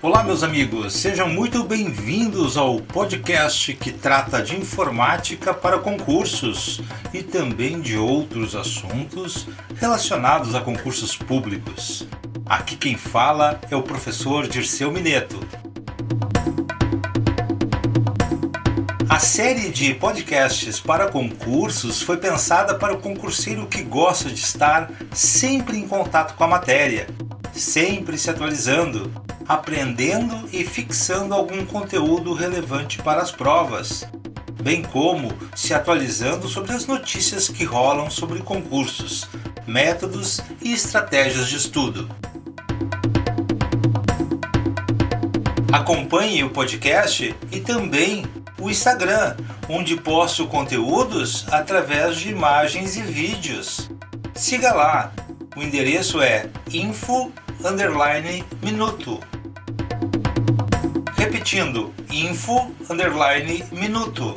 Olá, meus amigos, sejam muito bem-vindos ao podcast que trata de informática para concursos e também de outros assuntos relacionados a concursos públicos. Aqui quem fala é o professor Dirceu Mineto. A série de podcasts para concursos foi pensada para o concurseiro que gosta de estar sempre em contato com a matéria, sempre se atualizando, aprendendo e fixando algum conteúdo relevante para as provas, bem como se atualizando sobre as notícias que rolam sobre concursos, métodos e estratégias de estudo. Acompanhe o podcast e também o Instagram, onde posto conteúdos através de imagens e vídeos. Siga lá, o endereço é info_minuto. Repetindo, info_minuto.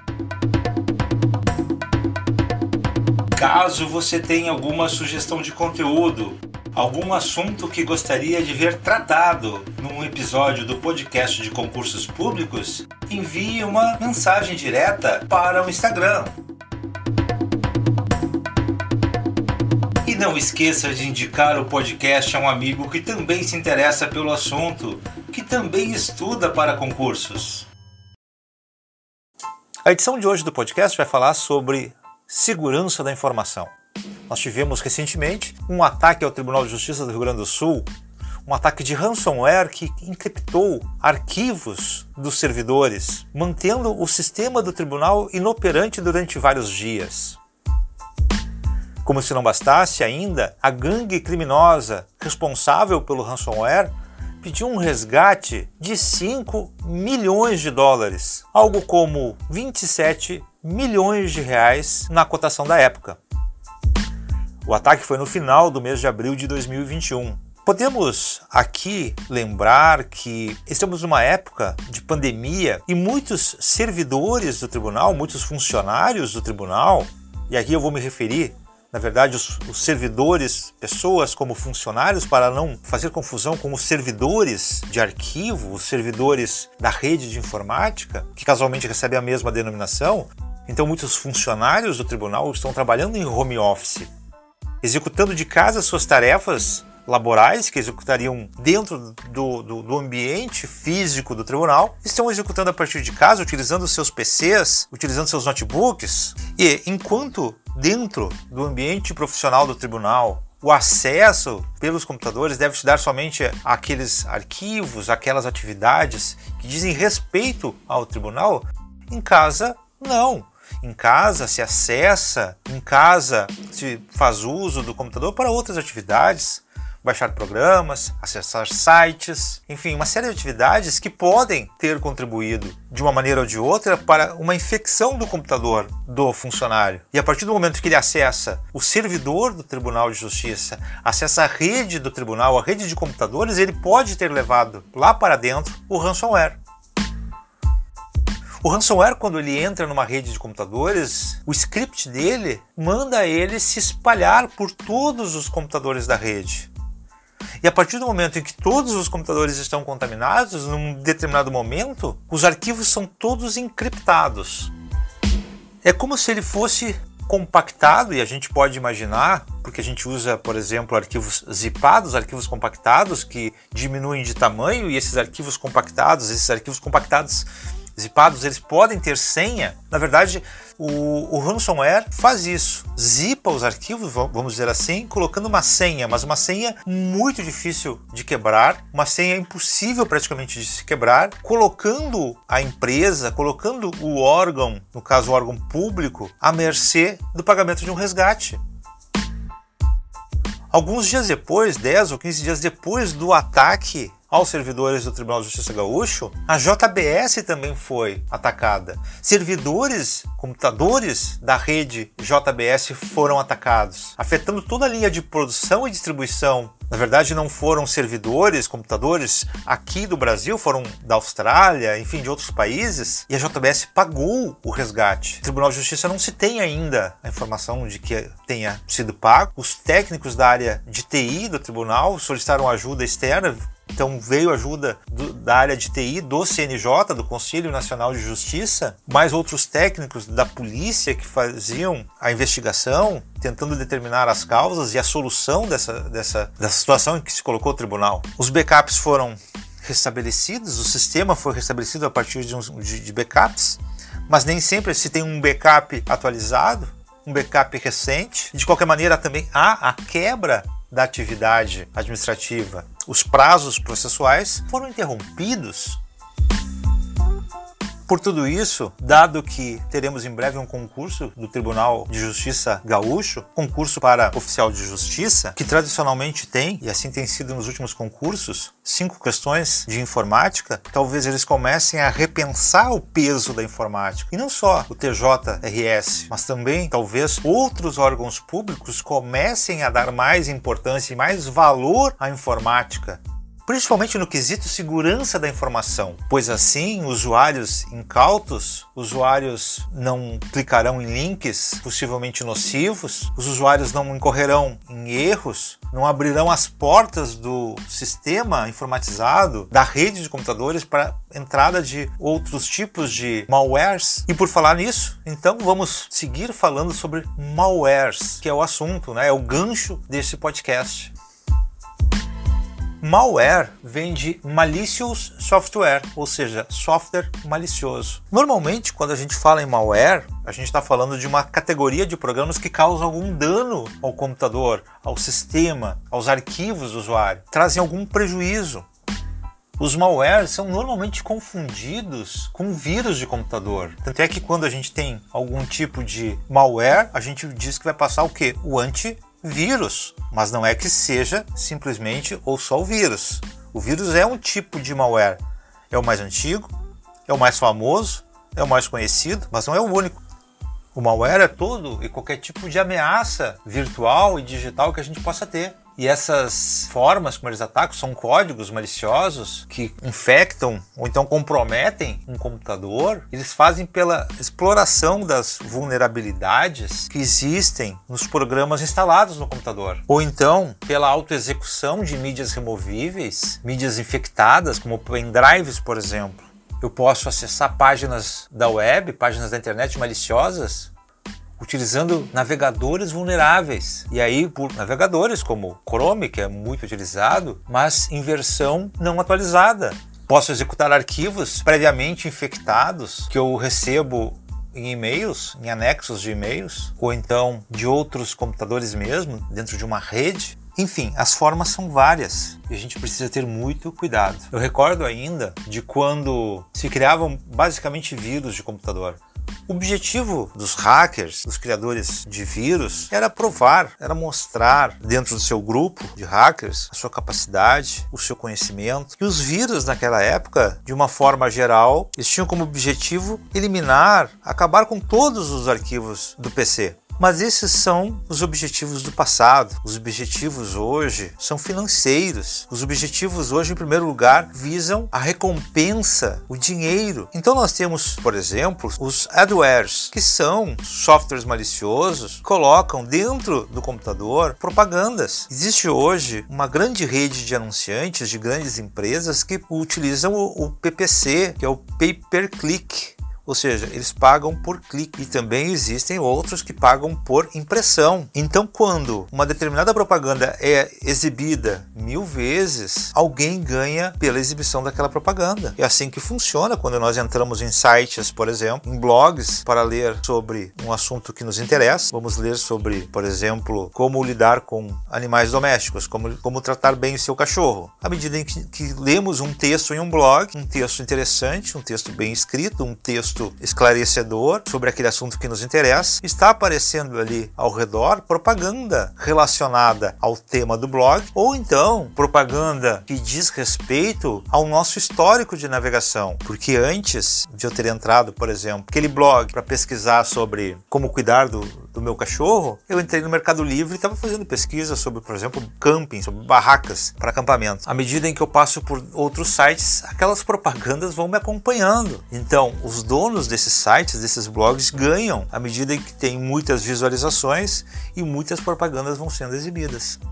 Caso você tenha alguma sugestão de conteúdo, algum assunto que gostaria de ver tratado num episódio do podcast de concursos públicos, envie uma mensagem direta para o Instagram. E não esqueça de indicar o podcast a um amigo que também se interessa pelo assunto, que também estuda para concursos. A edição de hoje do podcast vai falar sobre segurança da informação. Nós tivemos recentemente um ataque ao Tribunal de Justiça do Rio Grande do Sul, um ataque de ransomware que encriptou arquivos dos servidores, mantendo o sistema do tribunal inoperante durante vários dias. Como se não bastasse ainda, a gangue criminosa responsável pelo ransomware pediu um resgate de 5 milhões de dólares, algo como 27 milhões de reais na cotação da época. O ataque foi no final do mês de abril de 2021. Podemos aqui lembrar que estamos numa época de pandemia e muitos servidores do tribunal, muitos funcionários do tribunal, e aqui eu vou me referir, na verdade, os servidores, pessoas como funcionários, para não fazer confusão com os servidores de arquivo, os servidores da rede de informática, que casualmente recebem a mesma denominação. Então, muitos funcionários do tribunal estão trabalhando em home office, executando de casa suas tarefas laborais que executariam dentro do ambiente físico do tribunal, estão executando a partir de casa, utilizando seus PCs, utilizando seus notebooks, e enquanto dentro do ambiente profissional do tribunal o acesso pelos computadores deve se dar somente àqueles arquivos, aquelas atividades que dizem respeito ao tribunal, em casa não. Em casa se acessa, em casa se faz uso do computador para outras atividades, baixar programas, acessar sites, enfim, uma série de atividades que podem ter contribuído de uma maneira ou de outra para uma infecção do computador do funcionário. E a partir do momento que ele acessa o servidor do Tribunal de Justiça, acessa a rede do tribunal, a rede de computadores, ele pode ter levado lá para dentro o ransomware. O ransomware, quando ele entra numa rede de computadores, o script dele manda ele se espalhar por todos os computadores da rede. E a partir do momento em que todos os computadores estão contaminados, num determinado momento, os arquivos são todos encriptados. É como se ele fosse compactado, e a gente pode imaginar, porque a gente usa, por exemplo, arquivos zipados, arquivos compactados que diminuem de tamanho, e esses arquivos compactados zipados, eles podem ter senha. Na verdade, o ransomware faz isso, zipa os arquivos, vamos dizer assim, colocando uma senha, mas uma senha muito difícil de quebrar, uma senha impossível praticamente de se quebrar, colocando a empresa, colocando o órgão, no caso o órgão público, à mercê do pagamento de um resgate. Alguns dias depois, 10 ou 15 dias depois do ataque aos servidores do Tribunal de Justiça Gaúcho, a JBS também foi atacada. Servidores, computadores da rede JBS foram atacados, afetando toda a linha de produção e distribuição. Na verdade, não foram servidores, computadores aqui do Brasil, foram da Austrália, enfim, de outros países, e a JBS pagou o resgate. O Tribunal de Justiça não se tem ainda a informação de que tenha sido pago. Os técnicos da área de TI do tribunal solicitaram ajuda externa, Então veio ajuda da área de TI, do CNJ, do Conselho Nacional de Justiça, mais outros técnicos da polícia que faziam a investigação, tentando determinar as causas e a solução dessa situação em que se colocou o tribunal. Os backups foram restabelecidos, o sistema foi restabelecido a partir de backups, mas nem sempre se tem um backup atualizado, um backup recente. De qualquer maneira, também há a quebra da atividade administrativa. Os prazos processuais foram interrompidos. Por tudo isso, dado que teremos em breve um concurso do Tribunal de Justiça Gaúcho, concurso para oficial de justiça, que tradicionalmente tem, e assim tem sido nos últimos concursos, 5 questões de informática, talvez eles comecem a repensar o peso da informática. E não só o TJRS, mas também talvez outros órgãos públicos comecem a dar mais importância e mais valor à informática, principalmente no quesito segurança da informação, pois assim usuários incautos, usuários não clicarão em links possivelmente nocivos, os usuários não incorrerão em erros, não abrirão as portas do sistema informatizado, da rede de computadores para entrada de outros tipos de malwares. E por falar nisso, então vamos seguir falando sobre malwares, que é o assunto, né? É o gancho desse podcast. Malware vem de malicious software, ou seja, software malicioso. Normalmente, quando a gente fala em malware, a gente está falando de uma categoria de programas que causam algum dano ao computador, ao sistema, aos arquivos do usuário, trazem algum prejuízo. Os malwares são normalmente confundidos com vírus de computador. Tanto é que quando a gente tem algum tipo de malware, a gente diz que vai passar o quê? O antivírus. Mas não é que seja simplesmente ou só o vírus. O vírus é um tipo de malware. É o mais antigo, é o mais famoso, é o mais conhecido, mas não é o único. O malware é todo e qualquer tipo de ameaça virtual e digital que a gente possa ter. E essas formas como eles atacam são códigos maliciosos que infectam ou então comprometem um computador. Eles fazem pela exploração das vulnerabilidades que existem nos programas instalados no computador. Ou então pela autoexecução de mídias removíveis, mídias infectadas, como pendrives, por exemplo. Eu posso acessar páginas da web, páginas da internet maliciosas, utilizando navegadores vulneráveis. E aí por navegadores como Chrome, que é muito utilizado, mas em versão não atualizada. Posso executar arquivos previamente infectados que eu recebo em e-mails, em anexos de e-mails, ou então de outros computadores mesmo, dentro de uma rede. Enfim, as formas são várias e a gente precisa ter muito cuidado. Eu recordo ainda de quando se criavam basicamente vírus de computador. O objetivo dos hackers, dos criadores de vírus, era provar, era mostrar dentro do seu grupo de hackers a sua capacidade, o seu conhecimento. E os vírus naquela época, de uma forma geral, eles tinham como objetivo eliminar, acabar com todos os arquivos do PC. Mas esses são os objetivos do passado. Os objetivos hoje são financeiros. Os objetivos hoje, em primeiro lugar, visam a recompensa, o dinheiro. Então nós temos, por exemplo, os adwares, que são softwares maliciosos que colocam dentro do computador propagandas. Existe hoje uma grande rede de anunciantes de grandes empresas que utilizam o PPC, que é o Pay Per Click. Ou seja, eles pagam por clique e também existem outros que pagam por impressão. Então, quando uma determinada propaganda é exibida 1000 vezes, alguém ganha pela exibição daquela propaganda. É assim que funciona quando nós entramos em sites, por exemplo, em blogs, para ler sobre um assunto que nos interessa. Vamos ler sobre, por exemplo, como lidar com animais domésticos, como tratar bem o seu cachorro. À medida em que lemos um texto em um blog, um texto interessante, um texto bem escrito, um texto esclarecedor sobre aquele assunto que nos interessa, está aparecendo ali ao redor propaganda relacionada ao tema do blog, ou então propaganda que diz respeito ao nosso histórico de navegação. Porque antes de eu ter entrado, por exemplo, aquele blog para pesquisar sobre como cuidar do meu cachorro, eu entrei no Mercado Livre e estava fazendo pesquisa sobre, por exemplo, camping, sobre barracas para acampamento. À medida em que eu passo por outros sites, aquelas propagandas vão me acompanhando. Então, os donos desses sites, desses blogs, ganham à medida em que tem muitas visualizações e muitas propagandas vão sendo exibidas.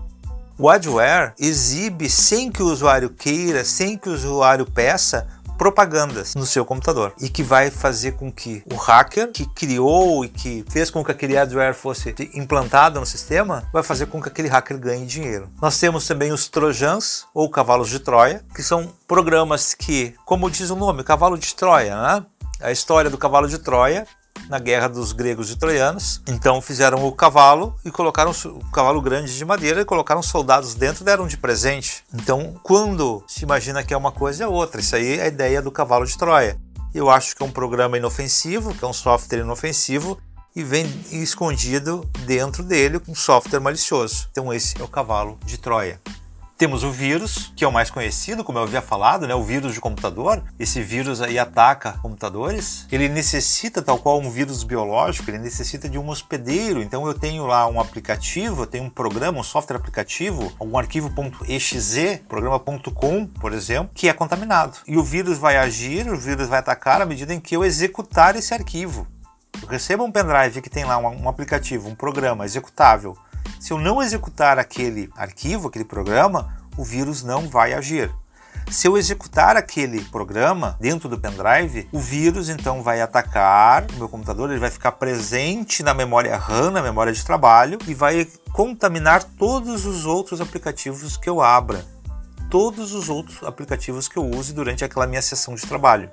O adware exibe, sem que o usuário queira, sem que o usuário peça, propagandas no seu computador, e que vai fazer com que o hacker que criou e que fez com que aquele adware fosse implantado no sistema, vai fazer com que aquele hacker ganhe dinheiro. Nós temos também os trojans, ou cavalos de Troia, que são programas que, como diz o nome, cavalo de Troia, né? A história do cavalo de Troia na guerra dos gregos e troianos. Então fizeram o cavalo e colocaram o cavalo grande de madeira e colocaram soldados dentro e deram de presente. Então, quando se imagina que é uma coisa, é outra. Isso aí é a ideia do cavalo de Troia. Eu acho que é um programa inofensivo, que é um software inofensivo, e vem escondido dentro dele um software malicioso. Então esse é o cavalo de Troia. Temos o vírus, que é o mais conhecido, como eu havia falado, né? O vírus de computador. Esse vírus aí ataca computadores. Ele necessita, tal qual um vírus biológico, ele necessita de um hospedeiro. Então eu tenho lá um aplicativo, eu tenho um programa, um software aplicativo, um arquivo.exe, programa.com, por exemplo, que é contaminado. E o vírus vai agir, o vírus vai atacar à medida em que eu executar esse arquivo. Eu recebo um pendrive que tem lá um aplicativo, um programa executável. Se eu não executar aquele arquivo, aquele programa, o vírus não vai agir. Se eu executar aquele programa dentro do pendrive, o vírus então vai atacar o meu computador, ele vai ficar presente na memória RAM, na memória de trabalho, e vai contaminar todos os outros aplicativos que eu abra, todos os outros aplicativos que eu use durante aquela minha sessão de trabalho.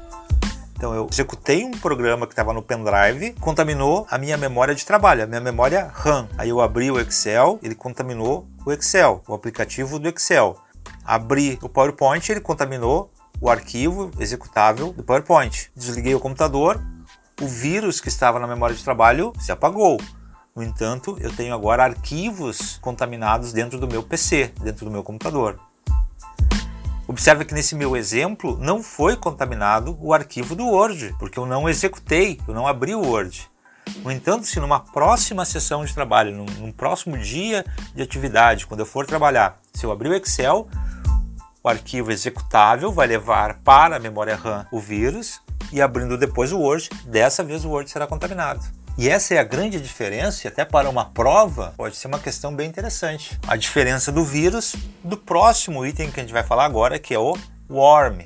Então eu executei um programa que estava no pendrive, contaminou a minha memória de trabalho, a minha memória RAM. Aí eu abri o Excel, ele contaminou o Excel, o aplicativo do Excel. Abri o PowerPoint, ele contaminou o arquivo executável do PowerPoint. Desliguei o computador, o vírus que estava na memória de trabalho se apagou. No entanto, eu tenho agora arquivos contaminados dentro do meu PC, dentro do meu computador. Observe que nesse meu exemplo não foi contaminado o arquivo do Word, porque eu não executei, eu não abri o Word. No entanto, se numa próxima sessão de trabalho, num próximo dia de atividade, quando eu for trabalhar, se eu abrir o Excel, o arquivo executável vai levar para a memória RAM o vírus, e abrindo depois o Word, dessa vez o Word será contaminado. E essa é a grande diferença, e até para uma prova pode ser uma questão bem interessante. A diferença do vírus do próximo item que a gente vai falar agora, que é o worm.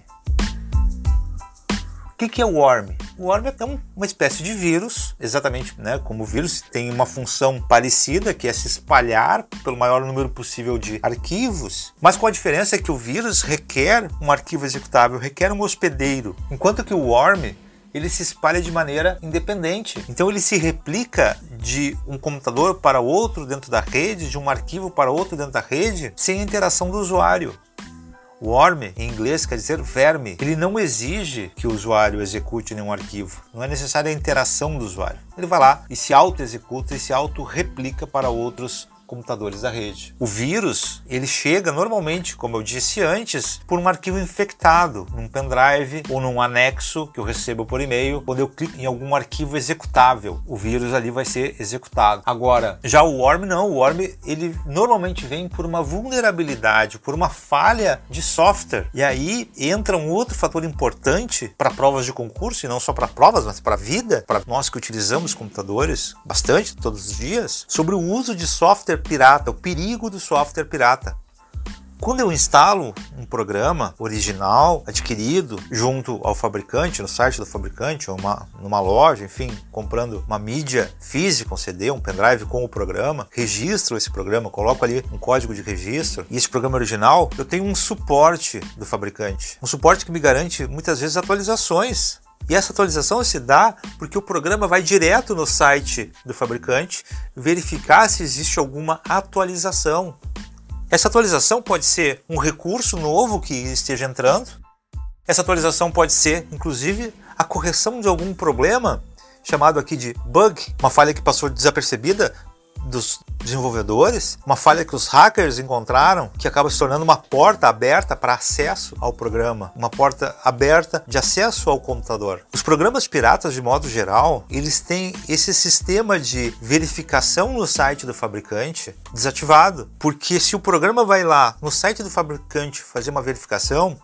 O que é o worm? O worm é uma espécie de vírus, exatamente, né? Como o vírus tem uma função parecida, que é se espalhar pelo maior número possível de arquivos, mas com a diferença que o vírus requer um arquivo executável, requer um hospedeiro, enquanto que o worm ele se espalha de maneira independente. Então ele se replica de um computador para outro dentro da rede, de um arquivo para outro dentro da rede, sem a interação do usuário. Worm, em inglês, quer dizer verme. Ele não exige que o usuário execute nenhum arquivo. Não é necessária a interação do usuário. Ele vai lá e se auto-executa e se auto-replica para outros computadores da rede. O vírus, ele chega normalmente, como eu disse antes, por um arquivo infectado, num pendrive ou num anexo que eu recebo por e-mail. Quando eu clico em algum arquivo executável, o vírus ali vai ser executado. Agora, já o worm não. O worm, ele normalmente vem por uma vulnerabilidade, por uma falha de software. E aí entra um outro fator importante para provas de concurso, e não só para provas, mas para a vida, para nós que utilizamos computadores bastante, todos os dias, sobre o uso de software pirata, o perigo do software pirata. Quando eu instalo um programa original, adquirido junto ao fabricante, no site do fabricante, ou numa loja, enfim, comprando uma mídia física, um CD, um pendrive com o programa, registro esse programa, coloco ali um código de registro, e esse programa original, eu tenho um suporte do fabricante. Um suporte que me garante, muitas vezes, atualizações. E essa atualização se dá porque o programa vai direto no site do fabricante verificar se existe alguma atualização. Essa atualização pode ser um recurso novo que esteja entrando. Essa atualização pode ser, inclusive, a correção de algum problema, chamado aqui de bug, uma falha que passou desapercebida dos desenvolvedores, uma falha que os hackers encontraram, que acaba se tornando uma porta aberta para acesso ao programa, uma porta aberta de acesso ao computador. Os programas piratas, de modo geral, eles têm esse sistema de verificação no site do fabricante desativado, porque se o programa vai lá no site do fabricante fazer uma verificação,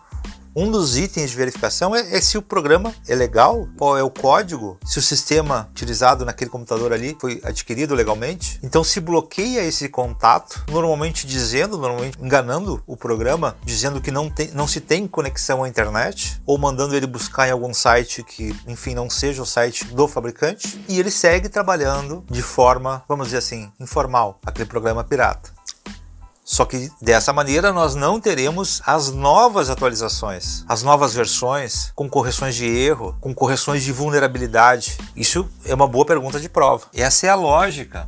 Um dos itens de verificação é se o programa é legal, qual é o código, se o sistema utilizado naquele computador ali foi adquirido legalmente. Então, se bloqueia esse contato, normalmente enganando o programa, dizendo que não se tem conexão à internet, ou mandando ele buscar em algum site que, enfim, não seja o site do fabricante, e ele segue trabalhando de forma, vamos dizer assim, informal, aquele programa pirata. Só que dessa maneira nós não teremos as novas atualizações, as novas versões, com correções de erro, com correções de vulnerabilidade. Isso é uma boa pergunta de prova. Essa é a lógica.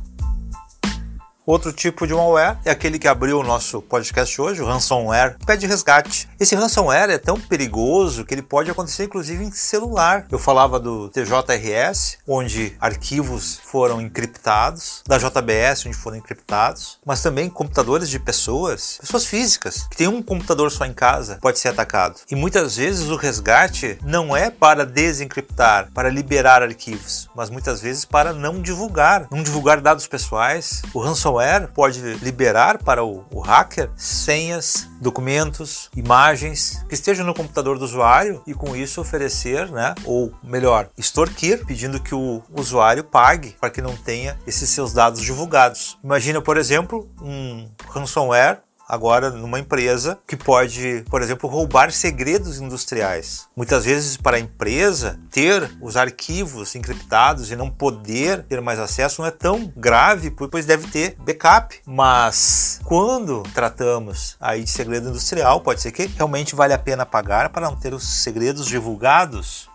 Outro tipo de malware é aquele que abriu o nosso podcast hoje, o ransomware, que pede resgate. Esse ransomware é tão perigoso que ele pode acontecer inclusive em celular. Eu falava do TJRS, onde arquivos foram encriptados, da JBS, onde foram encriptados, mas também computadores de pessoas físicas, que tem um computador só em casa, pode ser atacado. E muitas vezes o resgate não é para desencriptar, para liberar arquivos, mas muitas vezes para não divulgar dados pessoais. O ransomware pode liberar para o hacker senhas, documentos, imagens que estejam no computador do usuário e com isso oferecer, ou melhor, extorquir, pedindo que o usuário pague para que não tenha esses seus dados divulgados. Imagina, por exemplo, um ransomware agora numa empresa que pode, por exemplo, roubar segredos industriais. Muitas vezes para a empresa ter os arquivos encriptados e não poder ter mais acesso não é tão grave, pois deve ter backup. Mas quando tratamos aí de segredo industrial, pode ser que realmente vale a pena pagar para não ter os segredos divulgados.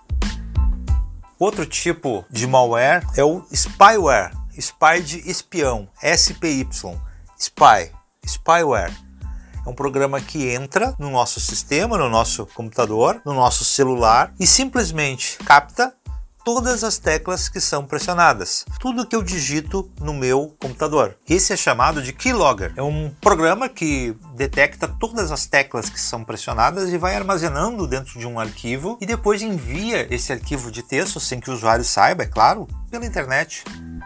Outro tipo de malware é o spyware, spy de espião, SPY, spyware. É um programa que entra no nosso sistema, no nosso computador, no nosso celular e simplesmente capta todas as teclas que são pressionadas. Tudo que eu digito no meu computador. Esse é chamado de keylogger. É um programa que detecta todas as teclas que são pressionadas e vai armazenando dentro de um arquivo e depois envia esse arquivo de texto, sem que o usuário saiba, é claro, pela internet.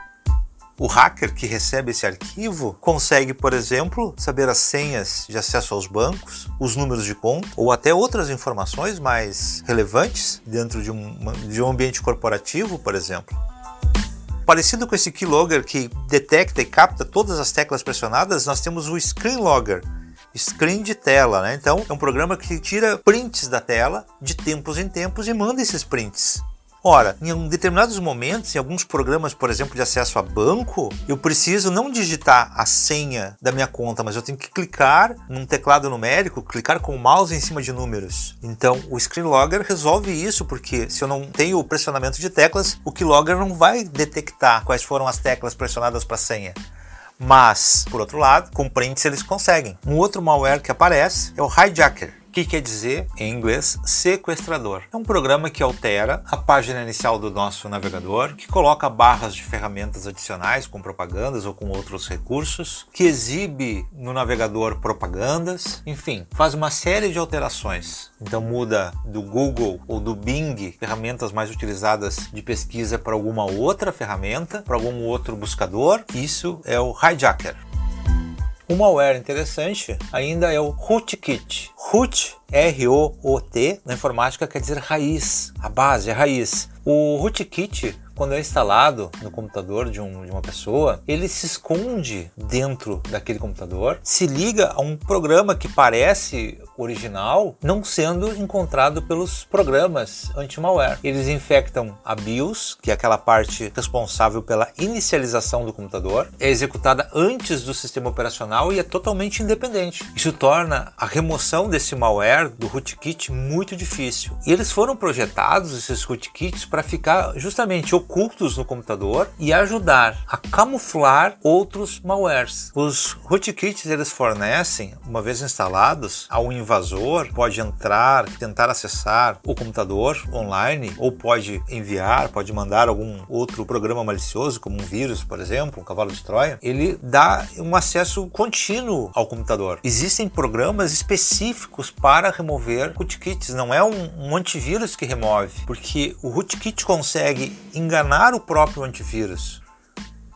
O hacker que recebe esse arquivo consegue, por exemplo, saber as senhas de acesso aos bancos, os números de conta ou até outras informações mais relevantes dentro de um ambiente corporativo, por exemplo. Parecido com esse keylogger que detecta e capta todas as teclas pressionadas, nós temos o screenlogger, screen de tela, Então é um programa que tira prints da tela de tempos em tempos e manda esses prints. Ora, em determinados momentos, em alguns programas, por exemplo, de acesso a banco, eu preciso não digitar a senha da minha conta, mas eu tenho que clicar num teclado numérico, clicar com o mouse em cima de números. Então, o screenlogger resolve isso, porque se eu não tenho o pressionamento de teclas, o keylogger não vai detectar quais foram as teclas pressionadas para a senha. Mas, por outro lado, com prints eles conseguem. Um outro malware que aparece é o hijacker, que quer dizer, em inglês, sequestrador. É um programa que altera a página inicial do nosso navegador, que coloca barras de ferramentas adicionais com propagandas ou com outros recursos, que exibe no navegador propagandas, enfim, faz uma série de alterações. Então muda do Google ou do Bing, ferramentas mais utilizadas de pesquisa, para alguma outra ferramenta, para algum outro buscador. Isso é o hijacker. Um malware interessante ainda é o rootkit. Root, R-O-O-T, na informática quer dizer raiz, a base, a raiz. O rootkit, quando é instalado no computador de uma pessoa, ele se esconde dentro daquele computador, se liga a um programa que parece original, não sendo encontrado pelos programas anti-malware. Eles infectam a BIOS, que é aquela parte responsável pela inicialização do computador, é executada antes do sistema operacional e é totalmente independente. Isso torna a remoção desse malware, do rootkit, muito difícil. E eles foram projetados, esses rootkits, para ficar justamente ocultos no computador e ajudar a camuflar outros malwares. Os rootkits eles fornecem, uma vez instalados, ao invasor pode entrar, tentar acessar o computador online, ou pode enviar, pode mandar algum outro programa malicioso, como um vírus, por exemplo, um cavalo de Troia. Ele dá um acesso contínuo ao computador. Existem programas específicos para remover rootkits, não é um antivírus que remove, porque o rootkit consegue enganar o próprio antivírus.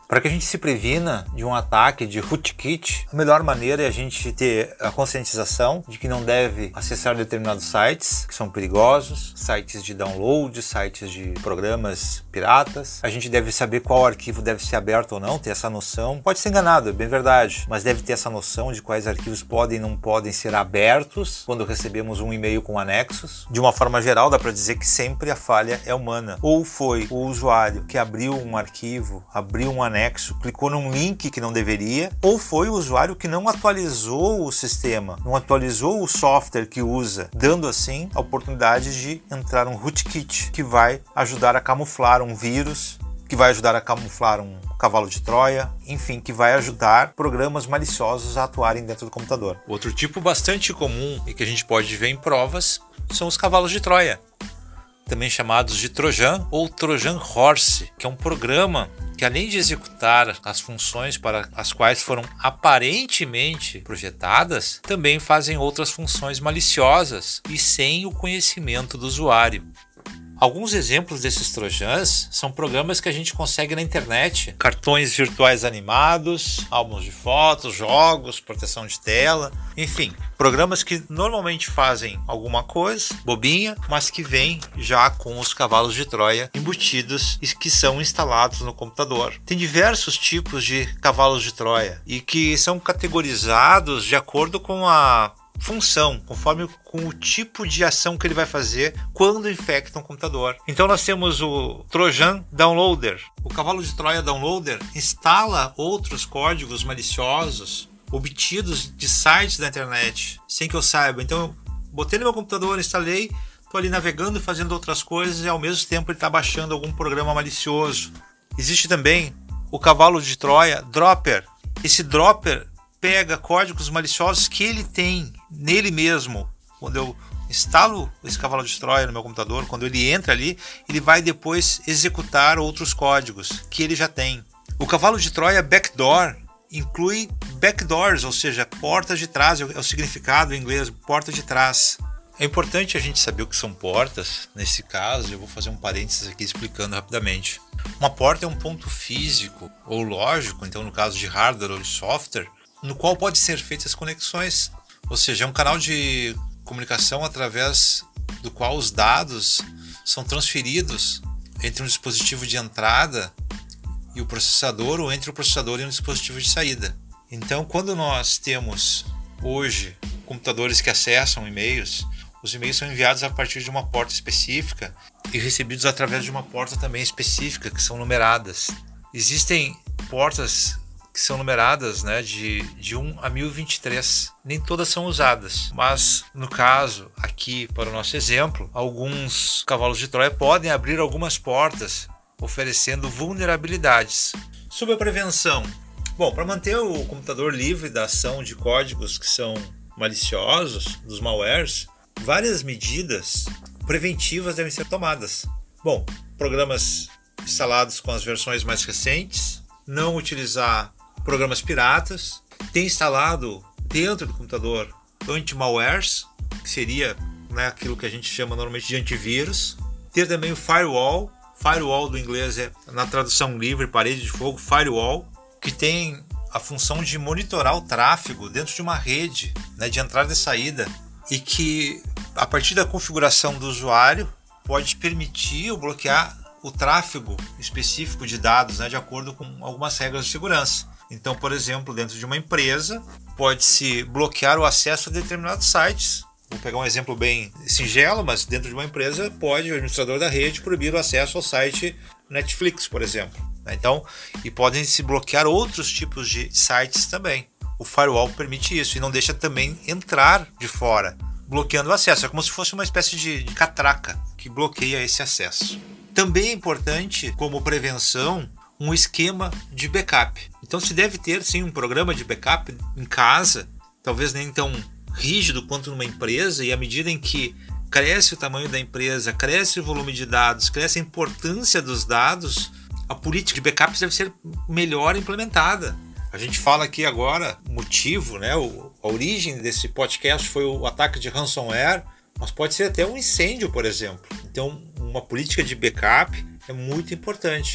Para que a gente se previna de um ataque de rootkit, a melhor maneira é a gente ter a conscientização de que não deve acessar determinados sites que são perigosos, sites de download, sites de programas piratas. A gente deve saber qual arquivo deve ser aberto ou não, ter essa noção. Pode ser enganado, é bem verdade, mas deve ter essa noção de quais arquivos podem e não podem ser abertos quando recebemos um e-mail com anexos. De uma forma geral, dá para dizer que sempre a falha é humana. Ou foi o usuário que abriu um arquivo, abriu um anexo, clicou num link que não deveria, ou foi o usuário que não atualizou o sistema, não atualizou o software que usa, dando assim a oportunidade de entrar um rootkit que vai ajudar a camuflar um vírus, que vai ajudar a camuflar um cavalo de Troia, enfim, que vai ajudar programas maliciosos a atuarem dentro do computador. Outro tipo bastante comum e que a gente pode ver em provas são os cavalos de Troia, também chamados de Trojan ou Trojan Horse, que é um programa que, além de executar as funções para as quais foram aparentemente projetadas, também fazem outras funções maliciosas e sem o conhecimento do usuário. Alguns exemplos desses trojans são programas que a gente consegue na internet: cartões virtuais animados, álbuns de fotos, jogos, proteção de tela, enfim, programas que normalmente fazem alguma coisa bobinha, mas que vêm já com os cavalos de Troia embutidos e que são instalados no computador. Tem diversos tipos de cavalos de Troia e que são categorizados de acordo com a função, conforme com o tipo de ação que ele vai fazer quando infecta um computador. Então nós temos o Trojan Downloader. O cavalo de Troia Downloader instala outros códigos maliciosos obtidos de sites da internet, sem que eu saiba. Então eu botei no meu computador, instalei, estou ali navegando e fazendo outras coisas e ao mesmo tempo ele está baixando algum programa malicioso. Existe também o cavalo de Troia Dropper. Esse Dropper pega códigos maliciosos que ele tem nele mesmo. Quando eu instalo esse cavalo de Troia no meu computador, quando ele entra ali, ele vai depois executar outros códigos que ele já tem. O cavalo de Troia Backdoor inclui backdoors, ou seja, portas de trás, é o significado em inglês, porta de trás. É importante a gente saber o que são portas. Nesse caso, eu vou fazer um parênteses aqui explicando rapidamente. Uma porta é um ponto físico ou lógico, então no caso de hardware ou de software, no qual pode ser feitas conexões, ou seja, é um canal de comunicação através do qual os dados são transferidos entre um dispositivo de entrada e o processador, ou entre o processador e um dispositivo de saída. Então, quando nós temos hoje computadores que acessam e-mails, os e-mails são enviados a partir de uma porta específica e recebidos através de uma porta também específica, que são numeradas. Existem portas que são numeradas, né, de 1 a 1023. Nem todas são usadas, mas no caso aqui, para o nosso exemplo, alguns cavalos de Troia podem abrir algumas portas, oferecendo vulnerabilidades. Sobre a prevenção. Bom, para manter o computador livre da ação de códigos que são maliciosos, dos malwares, várias medidas preventivas devem ser tomadas. Bom, programas instalados com as versões mais recentes, não utilizar programas piratas, ter instalado dentro do computador anti-malwares, que seria, né, aquilo que a gente chama normalmente de antivírus, ter também o firewall. Firewall do inglês é, na tradução livre, parede de fogo, firewall, que tem a função de monitorar o tráfego dentro de uma rede, né, de entrada e saída, e que a partir da configuração do usuário pode permitir ou bloquear o tráfego específico de dados, né, de acordo com algumas regras de segurança. Então, por exemplo, dentro de uma empresa, pode-se bloquear o acesso a determinados sites. Vou pegar um exemplo bem singelo, mas dentro de uma empresa pode o administrador da rede proibir o acesso ao site Netflix, por exemplo. Então, e podem se bloquear outros tipos de sites também. O firewall permite isso e não deixa também entrar de fora, bloqueando o acesso. É como se fosse uma espécie de catraca que bloqueia esse acesso. Também é importante, como prevenção, um esquema de backup. Então se deve ter sim um programa de backup em casa, talvez nem tão rígido quanto numa empresa, e à medida em que cresce o tamanho da empresa, cresce o volume de dados, cresce a importância dos dados, a política de backups deve ser melhor implementada. A gente fala aqui agora, o motivo, né, a origem desse podcast foi o ataque de ransomware, mas pode ser até um incêndio, por exemplo. Então uma política de backup é muito importante.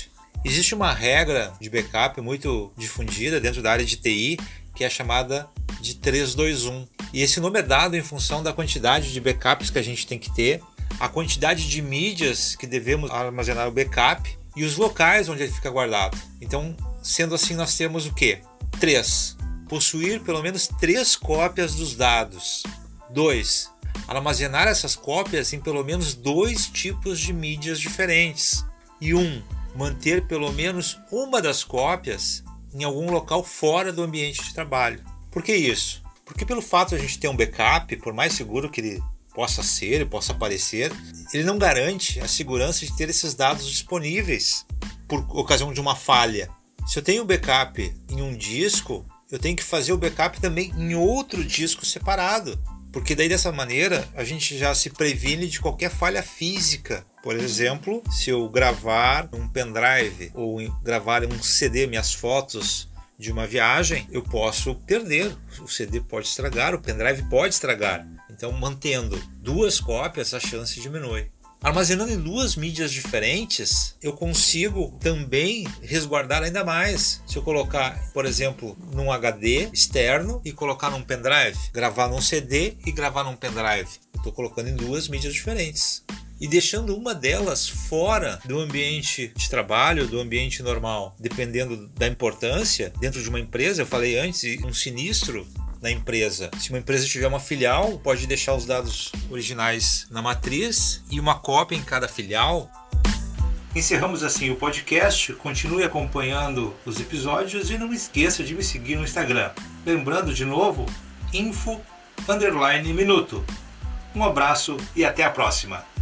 Existe uma regra de backup muito difundida dentro da área de TI, que é chamada de 3-2-1. E esse nome é dado em função da quantidade de backups que a gente tem que ter, a quantidade de mídias que devemos armazenar o backup e os locais onde ele fica guardado. Então, sendo assim, nós temos o quê? 3. Possuir pelo menos 3 cópias dos dados. 2. Armazenar essas cópias em pelo menos 2 tipos de mídias diferentes. E 1. Manter pelo menos uma das cópias em algum local fora do ambiente de trabalho. Por que isso? Porque pelo fato de a gente ter um backup, por mais seguro que ele possa ser e possa parecer, ele não garante a segurança de ter esses dados disponíveis por ocasião de uma falha. Se eu tenho um backup em um disco, eu tenho que fazer o backup também em outro disco separado, porque daí dessa maneira a gente já se previne de qualquer falha física. Por exemplo, se eu gravar um pendrive ou gravar um CD, minhas fotos de uma viagem, eu posso perder. O CD pode estragar, o pendrive pode estragar. Então, mantendo 2 cópias, a chance diminui. Armazenando em 2 mídias diferentes, eu consigo também resguardar ainda mais. Se eu colocar, por exemplo, num HD externo e colocar num pendrive, gravar num CD e gravar num pendrive, eu estou colocando em 2 mídias diferentes. E deixando uma delas fora do ambiente de trabalho, do ambiente normal, dependendo da importância, dentro de uma empresa, eu falei antes, um sinistro na empresa. Se uma empresa tiver uma filial, pode deixar os dados originais na matriz e uma cópia em cada filial. Encerramos assim o podcast. Continue acompanhando os episódios e não esqueça de me seguir no Instagram. Lembrando de novo, info_minuto. Um abraço e até a próxima.